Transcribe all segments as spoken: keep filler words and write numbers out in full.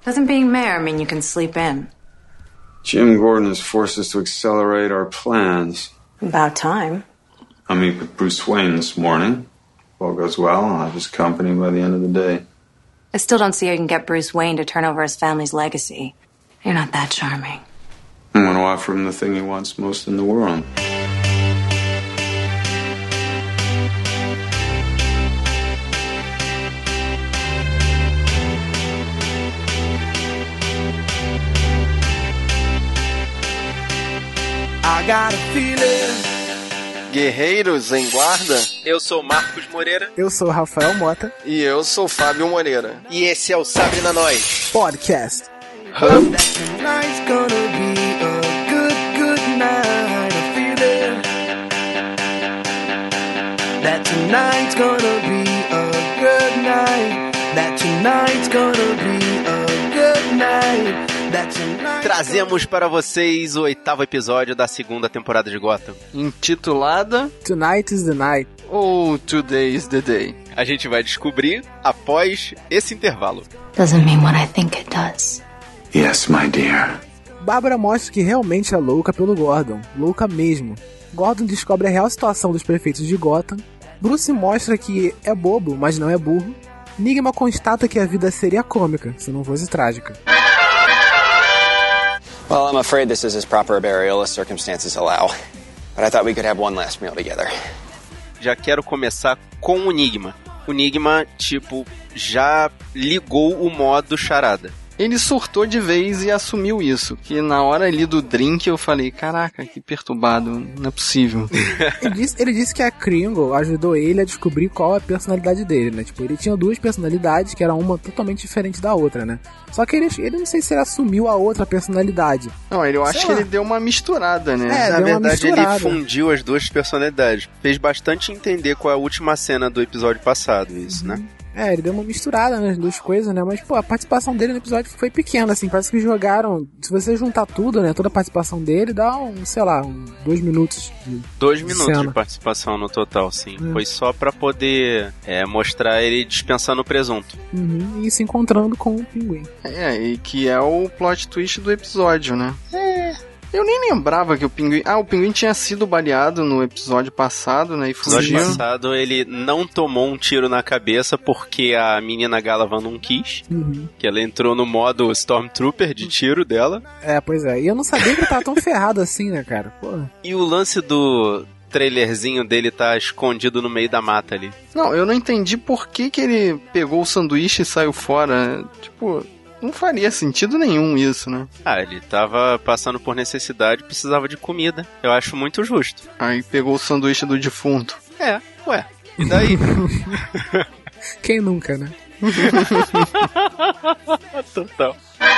Doesn't being mayor mean you can sleep in? Jim Gordon has forced us to accelerate our plans. About time. I meet with Bruce Wayne this morning. If all goes well, I'll have his company by the end of the day. I still don't see how you can get Bruce Wayne to turn over his family's legacy. You're not that charming. I'm going to offer him the thing he wants most in the world. I got a feeling. Guerreiros em guarda. Eu sou Marcos Moreira. Eu sou Rafael Mota. E eu sou Fábio Moreira. E esse é o Sabre na Nós Podcast. Hum. That tonight's gonna be a good, good night. I feel it. That tonight's gonna be a good night. That tonight's gonna be a good night. Trazemos para vocês o oitavo episódio da segunda temporada de Gotham, intitulada Tonight is the Night ou Today is the Day. A gente vai descobrir após esse intervalo. Doesn't mean what I think it does. Yes, my dear. Bárbara mostra que realmente é louca pelo Gordon, louca mesmo. Gordon descobre a real situação dos prefeitos de Gotham. Bruce mostra que é bobo, mas não é burro. Enigma constata que a vida seria cômica, se não fosse trágica. Well, I'm afraid this is as proper a burial as circumstances allow. But I thought we could have one last meal together. Já quero começar com o Enigma. O Enigma, tipo, já ligou o modo charada. Ele surtou de vez e assumiu isso. Que na hora ali do drink eu falei, caraca, que perturbado, não é possível. ele, disse, ele disse que a Kringle ajudou ele a descobrir qual é a personalidade dele, né? Tipo, ele tinha duas personalidades, que era uma totalmente diferente da outra, né? Só que ele, ele não sei se ele assumiu a outra personalidade. Não, eu acho sei que lá. ele deu uma misturada, né? É, na deu uma verdade, misturada. ele fundiu as duas personalidades. Fez bastante entender qual é a última cena do episódio passado, isso, uhum. né? É, ele deu uma misturada nas duas coisas, né? Mas, pô, a participação dele no episódio foi pequena, assim. Parece que jogaram... Se você juntar tudo, né? Toda a participação dele, dá um, sei lá, um, dois minutos de Dois minutos cena. de participação no total, sim. É. Foi só pra poder é, mostrar ele dispensando o presunto. Uhum, e se encontrando com o Pinguim. É, e que é o plot twist do episódio, né? É... Eu nem lembrava que o Pinguim... Ah, o Pinguim tinha sido baleado no episódio passado, né? E fugiu. No episódio passado, ele não tomou um tiro na cabeça porque a menina Galavan não quis. Uhum. Que ela entrou no modo Stormtrooper de tiro dela. É, pois é. E eu não sabia que ele tava tão ferrado assim, né, cara? Porra. E o lance do trailerzinho dele tá escondido no meio da mata ali. Não, eu não entendi por que que ele pegou o sanduíche e saiu fora. Tipo... Não faria sentido nenhum isso, né? Ah, ele tava passando por necessidade, precisava de comida. Eu acho muito justo. Aí pegou o sanduíche do defunto. É, ué. E daí? Quem nunca, né? Total.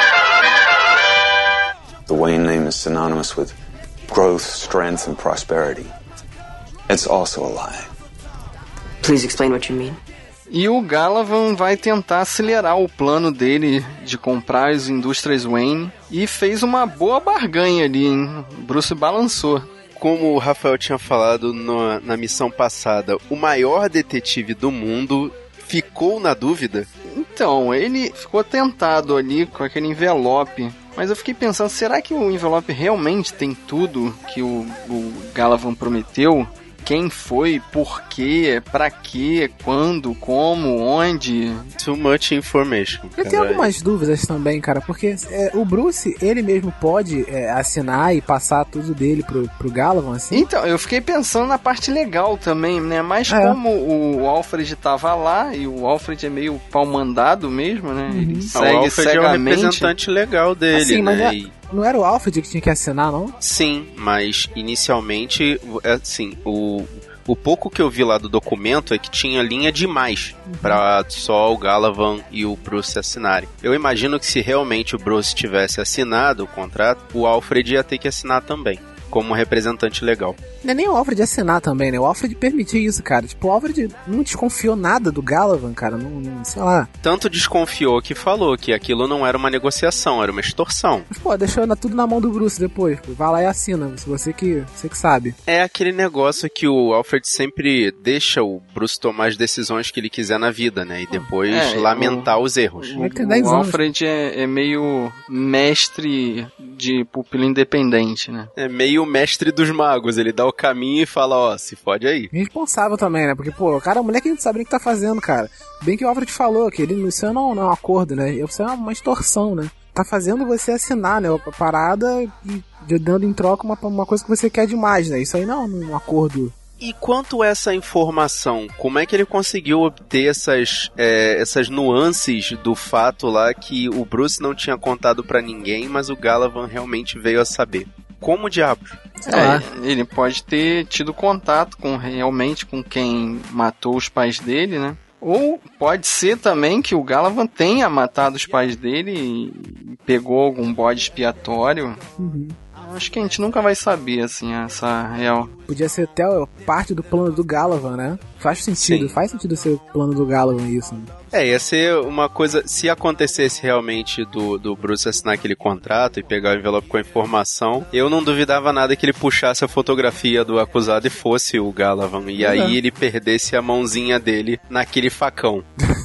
The Wayne name is synonymous with growth, strength and prosperity. It's also a lie. Please explain what you mean. E o Galavan vai tentar acelerar o plano dele de comprar as indústrias Wayne e fez uma boa barganha ali, hein? O Bruce balançou. Como o Rafael tinha falado no, na missão passada, o maior detetive do mundo ficou na dúvida. Então, ele ficou tentado ali com aquele envelope. Mas eu fiquei pensando, será que o envelope realmente tem tudo que o, o Galavan prometeu? Quem foi, por quê, pra quê, quando, como, onde. Too much information. Eu tenho algumas dúvidas também, cara, porque é, o Bruce, ele mesmo pode é, assinar e passar tudo dele pro, pro Galavan, assim? Então, eu fiquei pensando na parte legal também, né? Mas é. como o Alfred tava lá, e o Alfred é meio pau-mandado mesmo, né? Ele uhum. segue o Alfred cegamente. É o representante legal dele, assim, né? Mas é... Não era o Alfred que tinha que assinar, não? Sim, mas inicialmente, assim, o, o pouco que eu vi lá do documento é que tinha linha demais uhum. pra só o Galavan e o Bruce assinarem. Eu imagino que se realmente o Bruce tivesse assinado o contrato, o Alfred ia ter que assinar também. como representante legal. Não é nem o Alfred assinar também, né? O Alfred permitir isso, cara. Tipo, o Alfred não desconfiou nada do Galavan, cara. Não, não sei lá. Tanto desconfiou que falou que aquilo não era uma negociação, era uma extorsão. Mas, pô, deixou tudo na mão do Bruce depois. Pô. Vai lá e assina, se você que, você que sabe. É aquele negócio que o Alfred sempre deixa o Bruce tomar as decisões que ele quiser na vida, né? E depois é, lamentar o, os erros. O, o, o Alfred é, é meio mestre de pupila independente, né? É meio mestre dos magos. Ele dá o caminho e fala, ó, se fode aí. Responsável também, né? Porque, pô, o cara, o moleque não sabe nem o que tá fazendo, cara. Bem que o Alfred falou que ele, isso não, não é um acordo, né? Isso é uma extorsão, né? Tá fazendo você assinar, né? A parada e dando em troca uma, uma coisa que você quer demais, né? Isso aí não é um acordo. E quanto a essa informação, como é que ele conseguiu obter essas, é, essas nuances do fato lá que o Bruce não tinha contado pra ninguém, mas o Galavan realmente veio a saber? Como diabos? É, ele pode ter tido contato com realmente com quem matou os pais dele, né? Ou pode ser também que o Galavan tenha matado os pais dele e pegou algum bode expiatório. Uhum. Acho que a gente nunca vai saber, assim, essa real. Podia ser até parte do plano do Galavan, né? Faz sentido, Sim. faz sentido ser o plano do Galavan isso. Né? É, ia ser uma coisa... Se acontecesse realmente do, do Bruce assinar aquele contrato e pegar o envelope com a informação, eu não duvidava nada que ele puxasse a fotografia do acusado e fosse o Galavan. E é. aí ele perdesse a mãozinha dele naquele facão.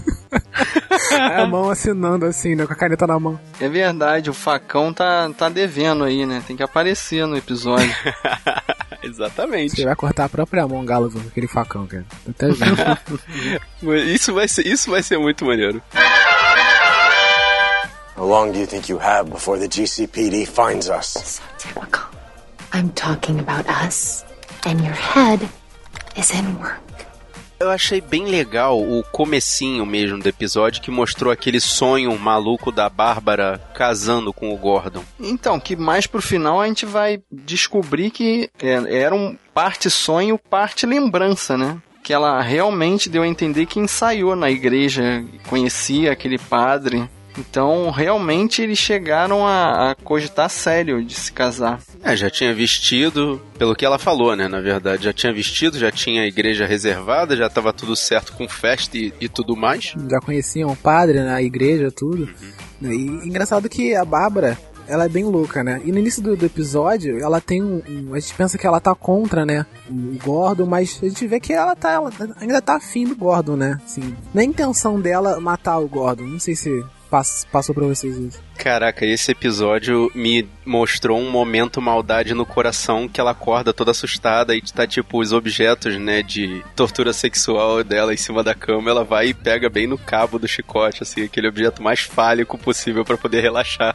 A mão assinando assim, né? Com a caneta na mão. É verdade, o facão tá, tá devendo aí, né? Tem que aparecer no episódio. Exatamente. Você vai cortar a própria mão, Galavan, com aquele facão, cara. Até isso, vai ser, isso vai ser muito maneiro. How long do you think you have before the G C P D finds us? So typical. I'm talking about us, and your head is in work. Eu achei bem legal o comecinho mesmo do episódio que mostrou aquele sonho maluco da Bárbara casando com o Gordon. Então, que mais pro final a gente vai descobrir que era um parte sonho, parte lembrança, né? Que ela realmente deu a entender que ensaiou na igreja, conhecia aquele padre. Então, realmente, eles chegaram a, a cogitar sério de se casar. É, já tinha vestido, pelo que ela falou, né, na verdade. Já tinha vestido, já tinha a igreja reservada, já tava tudo certo com festa e, e tudo mais. Já conheciam o padre, né, a igreja, tudo. Uhum. E engraçado que a Bárbara, ela é bem louca, né? E no início do, do episódio, ela tem um, um... A gente pensa que ela tá contra, né, o Gordon, mas a gente vê que ela tá... Ela ainda tá afim do Gordon, né? Assim, não é a intenção dela matar o Gordon, não sei se... Passou pra vocês isso. Caraca, esse episódio me mostrou um momento maldade no coração que ela acorda toda assustada e tá tipo os objetos, né, de tortura sexual dela em cima da cama, ela vai e pega bem no cabo do chicote, assim, aquele objeto mais fálico possível pra poder relaxar.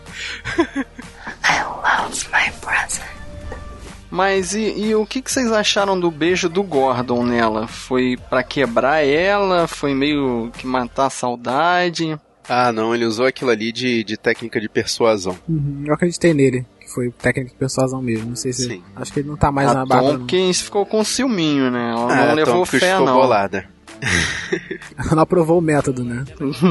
I love my present. Mas e, e o que, que vocês acharam do beijo do Gordon nela? Foi pra quebrar ela? Foi meio que matar a saudade? Ah, não, ele usou aquilo ali de, de técnica de persuasão. Uhum, eu acreditei nele, que foi técnica de persuasão mesmo. Não sei se... Sim. Acho que ele não tá mais a na barra. Tom que ficou com ciúminho, né? Ela ah, não levou Tom fé, ficou não. bolada. Ela não aprovou o método, né?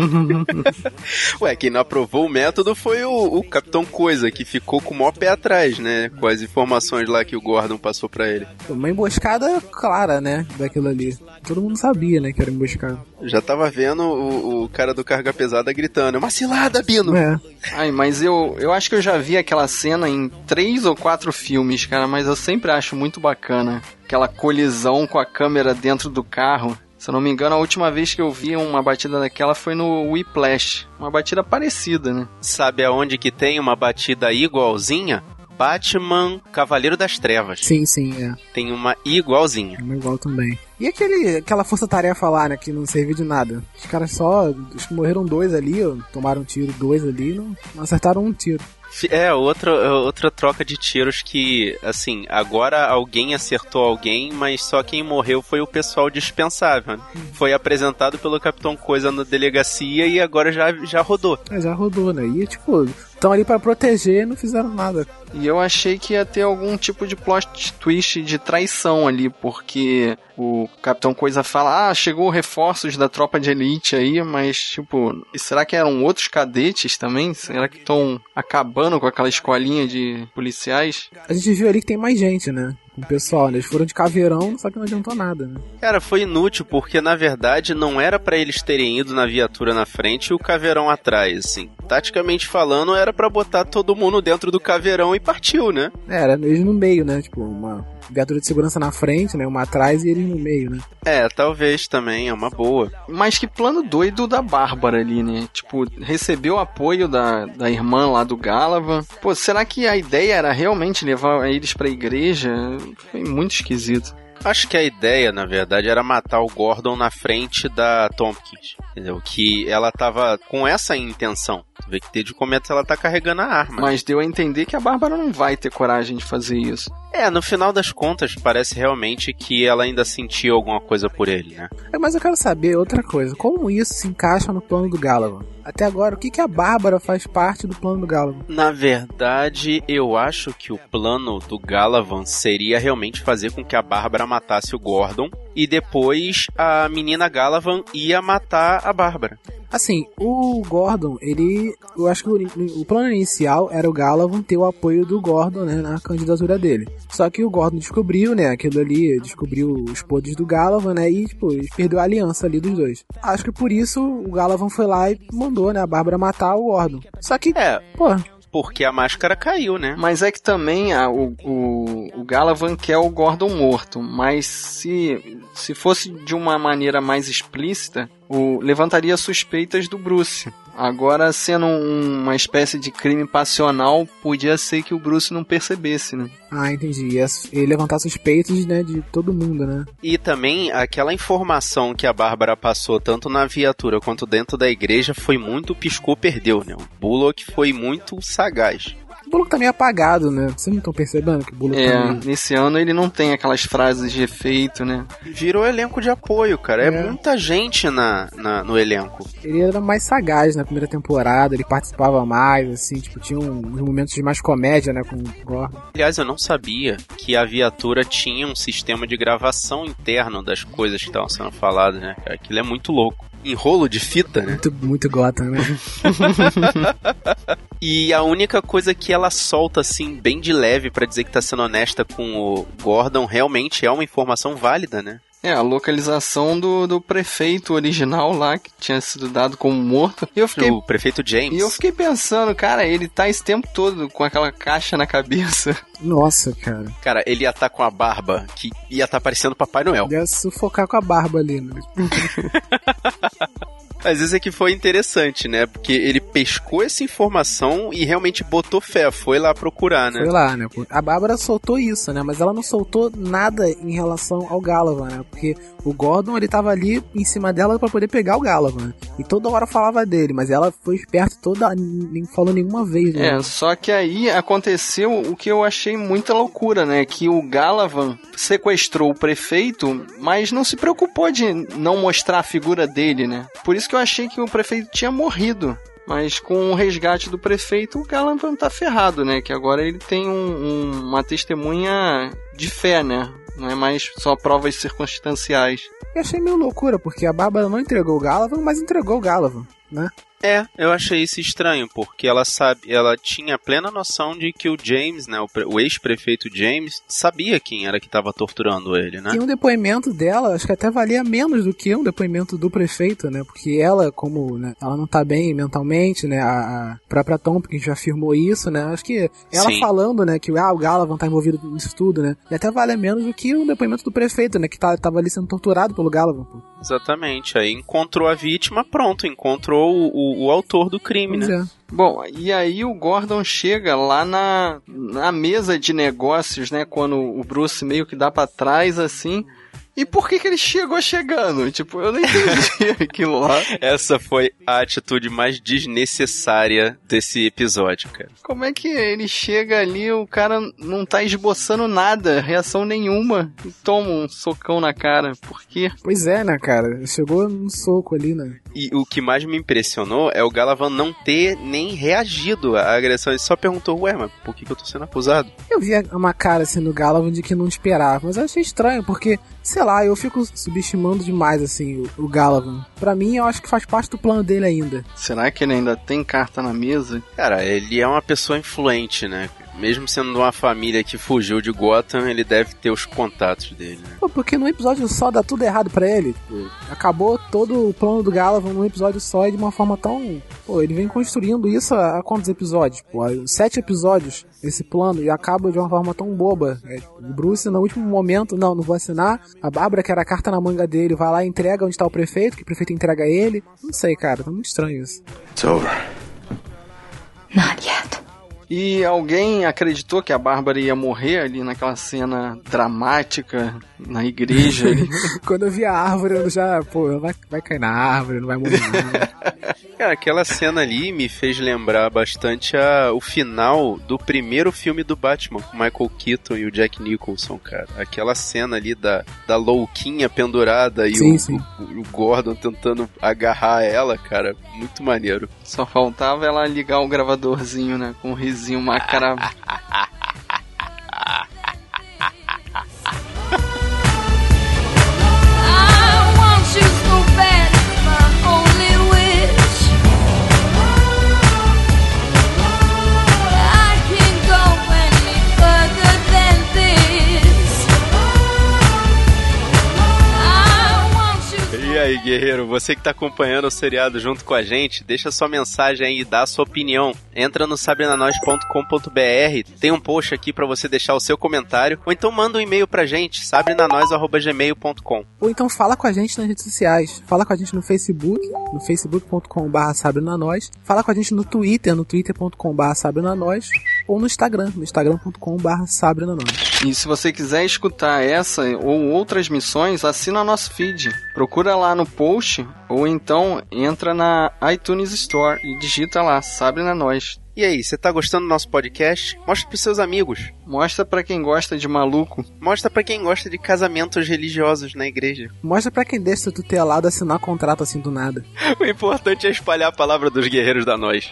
Ué, quem não aprovou o método foi o, o Capitão Coisa, que ficou com o maior pé atrás, né? Com as informações lá que o Gordon passou pra ele. Uma emboscada clara, né? Daquilo ali. Todo mundo sabia, né? Que era emboscada. Já tava vendo o, o cara do Carga Pesada gritando: é uma cilada, Bino! É. Ai, mas eu, eu acho que eu já vi aquela cena em três ou quatro filmes, cara, mas eu sempre acho muito bacana. Aquela colisão com a câmera dentro do carro. Se eu não me engano, a última vez que eu vi uma batida daquela foi no Whiplash. Uma batida parecida, né? Sabe aonde que tem uma batida igualzinha? Batman Cavaleiro das Trevas. Sim, sim, é. Tem uma igualzinha. Uma igual também. E aquele, aquela força-tarefa lá, né, que não serviu de nada. Os caras só... Acho que morreram dois ali, ó, tomaram um tiro, dois ali, não, não acertaram um tiro. É, outra, outra troca de tiros que, assim, agora alguém acertou alguém, mas só quem morreu foi o pessoal dispensável, né? Foi apresentado pelo Capitão Coisa na delegacia e agora já, já rodou. É, já rodou, né? E, tipo, estão ali pra proteger e não fizeram nada. E eu achei que ia ter algum tipo de plot twist de traição ali, porque o Capitão Coisa fala, ah, chegou reforços da tropa de elite aí, mas, tipo, será que eram outros cadetes também? Será que estão acabando com aquela escolinha de policiais? A gente viu ali que tem mais gente, né? Com o pessoal, né? Eles foram de caveirão, só que não adiantou nada, né? Cara, foi inútil, porque na verdade não era pra eles terem ido na viatura na frente e o caveirão atrás, assim. Taticamente falando, era pra botar todo mundo dentro do caveirão e partiu, né? Era, eles no meio, né? Tipo, uma viatura de segurança na frente, né? Uma atrás e eles no meio, né? É, talvez também, é uma boa. Mas que plano doido da Bárbara ali, né? Tipo, recebeu apoio da, da irmã lá do Galavan. Pô, será que a ideia era realmente levar eles pra igreja? Foi muito esquisito. Acho que a ideia, na verdade, era matar o Gordon na frente da Tompkins, entendeu? Que ela tava com essa intenção. Tu vê que desde o começo ela tá carregando a arma. Mas deu a entender que a Bárbara não vai ter coragem de fazer isso. É, no final das contas, parece realmente que ela ainda sentia alguma coisa por ele, né? É, mas eu quero saber outra coisa. Como isso se encaixa no plano do Galavan? Até agora, o que, que a Bárbara faz parte do plano do Galavan? Na verdade, eu acho que o plano do Galavan seria realmente fazer com que a Bárbara matasse o Gordon e depois a menina Galavan ia matar a Bárbara. Assim, o Gordon, ele... Eu acho que o, o plano inicial era o Galavan ter o apoio do Gordon, né, na candidatura dele. Só que o Gordon descobriu, né, aquilo ali, descobriu os poderes do Galavan, né, e, tipo, perdeu a aliança ali dos dois. Acho que por isso o Galavan foi lá e mandou, né, a Bárbara matar o Gordon. Só que, é, pô... Porque a máscara caiu, né? Mas é que também a, o, o, o Galavan quer o Gordon morto. Mas se, se fosse de uma maneira mais explícita, o, levantaria suspeitas do Bruce. Agora, sendo um, uma espécie de crime passional, podia ser que o Bruce não percebesse, né? Ah, entendi. Ia levantar suspeitas, né, de todo mundo, né? E também aquela informação que a Bárbara passou tanto na viatura quanto dentro da igreja foi muito piscou-perdeu, né? O Bullock foi muito sagaz. O Bullock tá meio apagado, né? Vocês não estão percebendo que o Bullock é, tá meio... nesse ano ele não tem aquelas frases de efeito, né? Virou elenco de apoio, cara. É, é muita gente na, na, no elenco. Ele era mais sagaz na primeira temporada, ele participava mais, assim, tipo, tinha uns momentos de mais comédia, né, com o Gordon. Aliás, eu não sabia que a viatura tinha um sistema de gravação interno das coisas que estavam sendo faladas, né? Aquilo é muito louco. Enrolo de fita, né? Muito, muito Gotham, né? E a única coisa que ela solta, assim, bem de leve pra dizer que tá sendo honesta com o Gordon, realmente é uma informação válida, né? É, a localização do, do prefeito original lá, que tinha sido dado como morto. E eu fiquei, o prefeito James. E eu fiquei pensando, cara, ele tá esse tempo todo com aquela caixa na cabeça. Nossa, cara. Cara, ele ia estar tá com a barba, que ia estar tá parecendo Papai Noel. Ia sufocar com a barba ali, né? Às vezes é que foi interessante, né? Porque ele pescou essa informação e realmente botou fé, foi lá procurar, né? Foi lá, né? A Bárbara soltou isso, né? Mas ela não soltou nada em relação ao Galavan, né? Porque o Gordon, ele tava ali em cima dela pra poder pegar o Galavan, né? E toda hora falava dele, mas ela foi esperta toda, nem falou nenhuma vez, né? É, só que aí aconteceu o que eu achei muita loucura, né? Que o Galavan sequestrou o prefeito, mas não se preocupou de não mostrar a figura dele, né? Por isso que eu achei que o prefeito tinha morrido. Mas com o resgate do prefeito, o Galavan tá ferrado, né? Que agora ele tem um, um, uma testemunha de fé, né? Não é mais só provas circunstanciais. Eu achei meio loucura, porque a Bárbara não entregou o Galavan, mas entregou o Galavan, né? É, eu achei isso estranho, porque ela sabe, ela tinha plena noção de que o James, né, o, o ex-prefeito James, sabia quem era que estava torturando ele, né? E um depoimento dela, acho que até valia menos do que um depoimento do prefeito, né? Porque ela, como, né, ela não tá bem mentalmente, né? A, a própria Tompkins já afirmou isso, né? Acho que ela Sim. falando, né, que ah, o Galavan tá envolvido nisso tudo, né? E até vale menos do que um depoimento do prefeito, né? Que tá, tava ali sendo torturado pelo Galavan, pô. Exatamente, aí encontrou a vítima, pronto, encontrou o, o, o autor do crime, pois né? É. Bom, e aí o Gordon chega lá na, na mesa de negócios, né, quando o Bruce meio que dá pra trás, assim, e por que que ele chegou chegando? Tipo, eu não entendi aquilo lá. Essa foi a atitude mais desnecessária desse episódio, cara. Como é que ele chega ali, o cara não tá esboçando nada, reação nenhuma, e toma um socão na cara? Por quê? Pois é, né, cara? Chegou um soco ali, né? E o que mais me impressionou é o Galavan não ter nem reagido à agressão. Ele só perguntou, ué, mas por que que eu tô sendo acusado? Eu vi uma cara assim no Galavan de que não esperava, mas eu achei estranho, porque, sei sei lá, eu fico subestimando demais, assim, o, o Galavan. Pra mim, eu acho que faz parte do plano dele ainda. Será que ele ainda tem carta na mesa? Cara, ele é uma pessoa influente, né? Mesmo sendo de uma família que fugiu de Gotham, ele deve ter os contatos dele, né? Pô, porque num episódio só dá tudo errado pra ele. Tipo, acabou todo o plano do Galavan num episódio só e de uma forma tão... Pô, ele vem construindo isso há, há quantos episódios? Pô, há sete episódios, esse plano, e acaba de uma forma tão boba. É, o Bruce, no último momento, não, não vou assinar. A Bárbara, que era a carta na manga dele, vai lá e entrega onde tá o prefeito, que o prefeito entrega ele. Não sei, cara, tá muito estranho isso. It's over. Not yet. E alguém acreditou que a Bárbara ia morrer ali naquela cena dramática na igreja? Quando eu vi a árvore, eu já, pô, vai, vai cair na árvore, não vai morrer não. Cara, aquela cena ali me fez lembrar bastante a, o final do primeiro filme do Batman, com o Michael Keaton e o Jack Nicholson, cara. Aquela cena ali da, da louquinha pendurada e sim, o, sim. O, o Gordon tentando agarrar ela, cara, muito maneiro. Só faltava ela ligar o gravadorzinho, né, com um risinho macabro. E aí, guerreiro, você que tá acompanhando o seriado junto com a gente, deixa sua mensagem aí, dá a sua opinião. Entra no sabre na nós ponto com ponto b r, tem um post aqui pra você deixar o seu comentário, ou então manda um e-mail pra gente, sabre na nós arroba gmail ponto com. Ou então fala com a gente nas redes sociais, fala com a gente no Facebook, no facebook ponto com barra sabre na nós, fala com a gente no Twitter, no twitter ponto com barra sabre na nós, ou no Instagram, no instagram ponto com barra sabre na nós. E se você quiser escutar essa ou outras missões, assina nosso feed. Procura lá no post, ou então entra na iTunes Store e digita lá, Sabre na Nós. E aí, você tá gostando do nosso podcast? Mostra pros seus amigos. Mostra pra quem gosta de maluco. Mostra pra quem gosta de casamentos religiosos na igreja. Mostra pra quem deixa o tutelado assinar contrato assim do nada. O importante é espalhar a palavra dos guerreiros da Nós.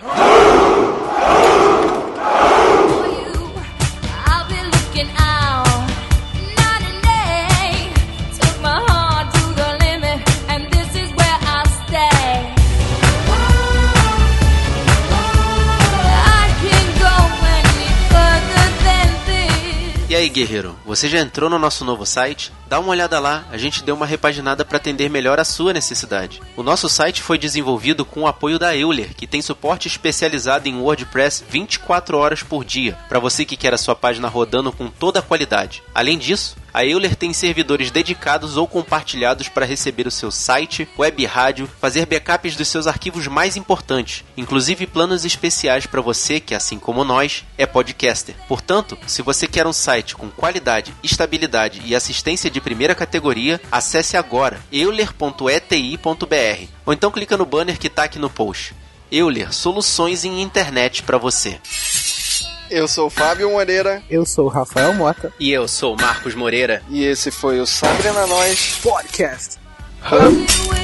E aí, guerreiro, você já entrou no nosso novo site? Dá uma olhada lá, a gente deu uma repaginada para atender melhor a sua necessidade. O nosso site foi desenvolvido com o apoio da Euler, que tem suporte especializado em WordPress vinte e quatro horas por dia, para você que quer a sua página rodando com toda a qualidade. Além disso, a Euler tem servidores dedicados ou compartilhados para receber o seu site, web rádio, fazer backups dos seus arquivos mais importantes, inclusive planos especiais para você que, assim como nós, é podcaster. Portanto, se você quer um site com qualidade, estabilidade e assistência de primeira categoria, acesse agora euler ponto e t i ponto b r ou então clica no banner que está aqui no post. Euler, soluções em internet para você. Eu sou o Fábio Moreira. Eu sou o Rafael Mota. E eu sou o Marcos Moreira. E esse foi o Sabre na Nós Podcast. Hum.